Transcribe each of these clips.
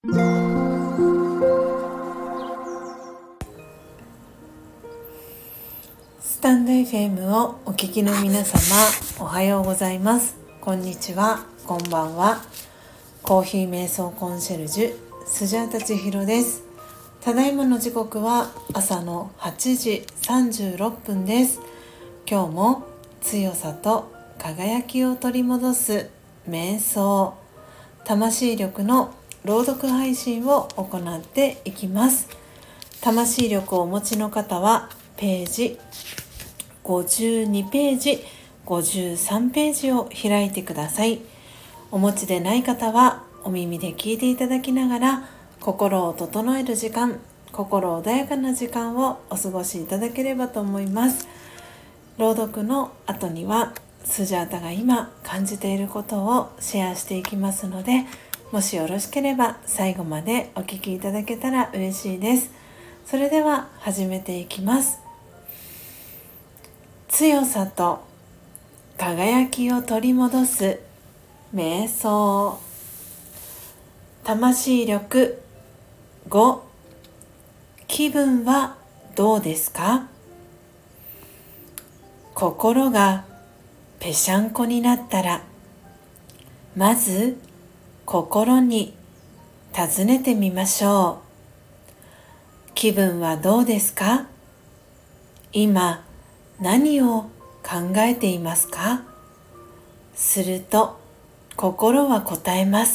スタンド FM をお聞きの皆様、おはようございます。こんにちは、こんばんは。コーヒー瞑想コンシェルジュスジャータ千尋です。ただいまの時刻は朝の8時36分です。今日も強さと輝きを取り戻す瞑想、魂力の朗読配信を行っていきます。魂力をお持ちの方はページ52ページ、53ページを開いてください。お持ちでない方はお耳で聞いていただきながら、心を整える時間、心穏やかな時間をお過ごしいただければと思います。朗読の後にはスジャータが今感じていることをシェアしていきますので、もしよろしければ最後までお聞きいただけたら嬉しいです。それでは始めていきます。強さと輝きを取り戻す瞑想、魂力5、気分はどうですか？心がぺしゃんこになったら、まず心に尋ねてみましょう。気分はどうですか？今何を考えていますか？すると心は答えます。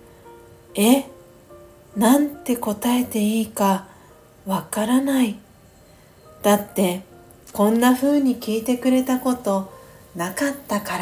なんて答えていいかわからない。だってこんな風に聞いてくれたことなかったから。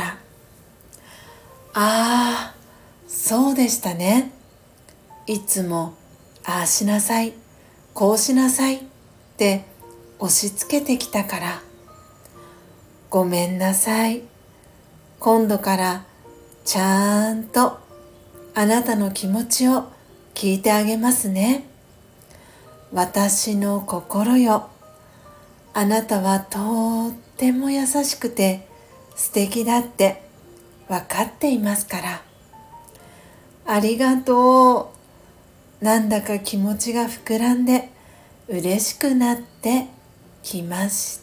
そうでしたね。いつもああしなさい、こうしなさいって押し付けてきたから。ごめんなさい。今度からちゃんとあなたの気持ちを聞いてあげますね。私の心よ。あなたはとっても優しくて素敵だって分かっていますから。ありがとう。なんだか気持ちが膨らんで嬉しくなってきました。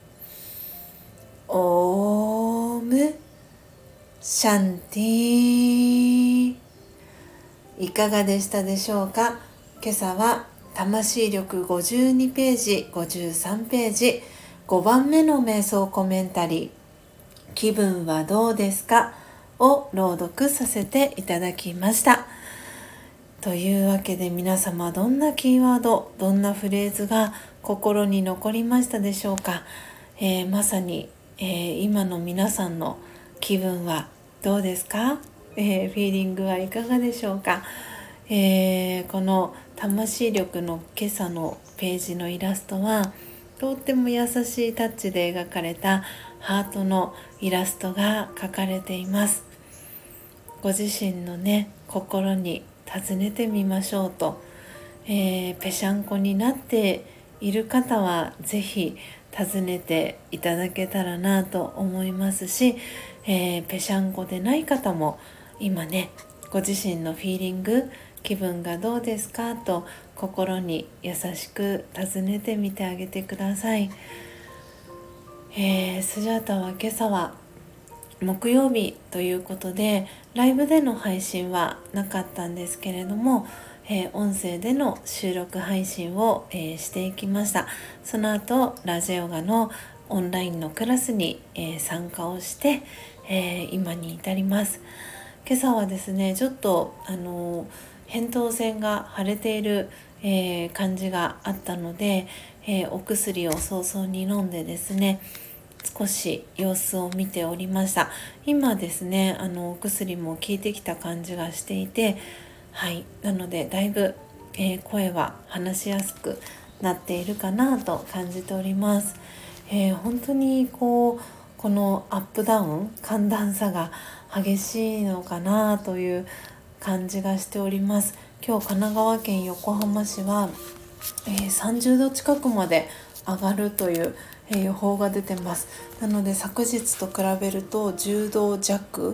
オームシャンティー。いかがでしたでしょうか？今朝は魂力52ページ、53ページ、5番目の瞑想コメンタリー、気分はどうですかを朗読させていただきました。というわけで皆様、どんなキーワード、どんなフレーズが心に残りましたでしょうか？まさに、今の皆さんの気分はどうですか？フィーリングはいかがでしょうか？この魂力の今朝のページのイラストはとっても優しいタッチで描かれたハートのイラストが描かれています。ご自身のね、心に尋ねてみましょうと、ぺしゃんこになっている方はぜひ尋ねていただけたらなと思いますし、ぺしゃんこでない方も今ね、ご自身のフィーリング、気分がどうですかと心に優しく尋ねてみてあげてください。スジャータは今朝は木曜日ということでライブでの配信はなかったんですけれども、音声での収録配信を、していきました。その後ラジオガのオンラインのクラスに、参加をして、今に至ります。今朝はですね、ちょっと扁桃腺が腫れている、感じがあったので、お薬を早々に飲んでですね、少し様子を見ておりました。今ですね、お薬も効いてきた感じがしていて、なのでだいぶ、声は話しやすくなっているかなと感じております。本当にこのアップダウン、寒暖差が激しいのかなという感じがしております。今日神奈川県横浜市は、30度近くまで上がるという、予報が出てます。なので昨日と比べると10度弱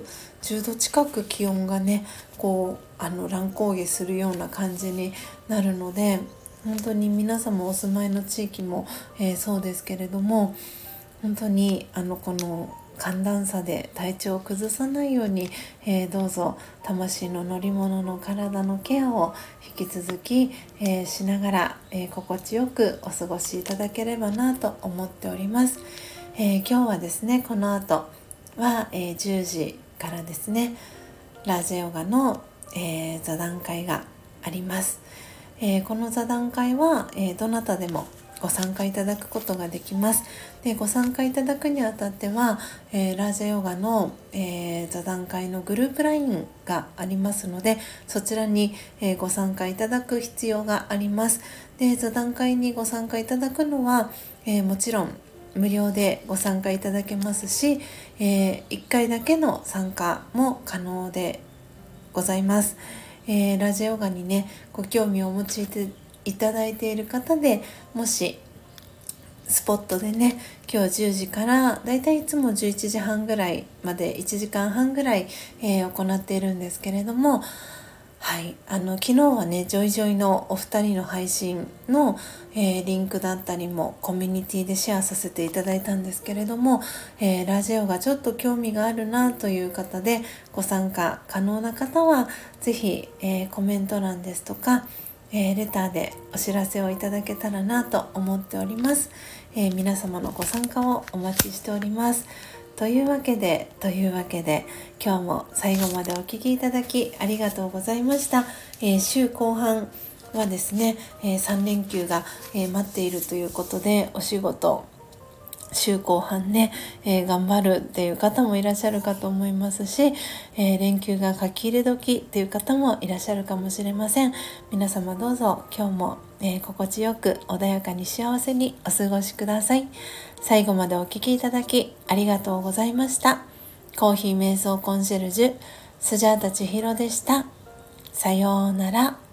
10度近く気温がね乱高下するような感じになるので、本当に皆様お住まいの地域も、そうですけれども、本当にこの寒暖差で体調を崩さないように、どうぞ魂の乗り物の体のケアを引き続き、しながら、心地よくお過ごしいただければなと思っております。今日はですね、この後は、10時からですね、ラージャヨガの、座談会があります。この座談会は、どなたでもご参加いただくことができます。で、ご参加いただくにあたっては、ラージャヨガの、座談会のグループ LINE がありますので、そちらに、ご参加いただく必要があります。で、座談会にご参加いただくのは、もちろん無料でご参加いただけますし、1回だけの参加も可能でございます。ラジオガにねご興味をお持ちいただいている方で、もしスポットでね、今日10時からだいたいいつも11時半ぐらいまで1時間半ぐらい、行っているんですけれども、はい、昨日はねジョイジョイのお二人の配信の、リンクだったりもコミュニティでシェアさせていただいたんですけれども、ラジオがちょっと興味があるなという方でご参加可能な方はぜひ、コメント欄ですとか、レターでお知らせをいただけたらなと思っております。皆様のご参加をお待ちしております。というわけで今日も最後までお聞きいただきありがとうございました。週後半はですね、3連休が、待っているということで、お仕事週後半ね、頑張るっていう方もいらっしゃるかと思いますし、連休が書き入れ時っていう方もいらっしゃるかもしれません。皆様どうぞ今日も、心地よく穏やかに幸せにお過ごしください。最後までお聞きいただきありがとうございました。コーヒー瞑想コンシェルジュスジャータ千尋でした。さようなら。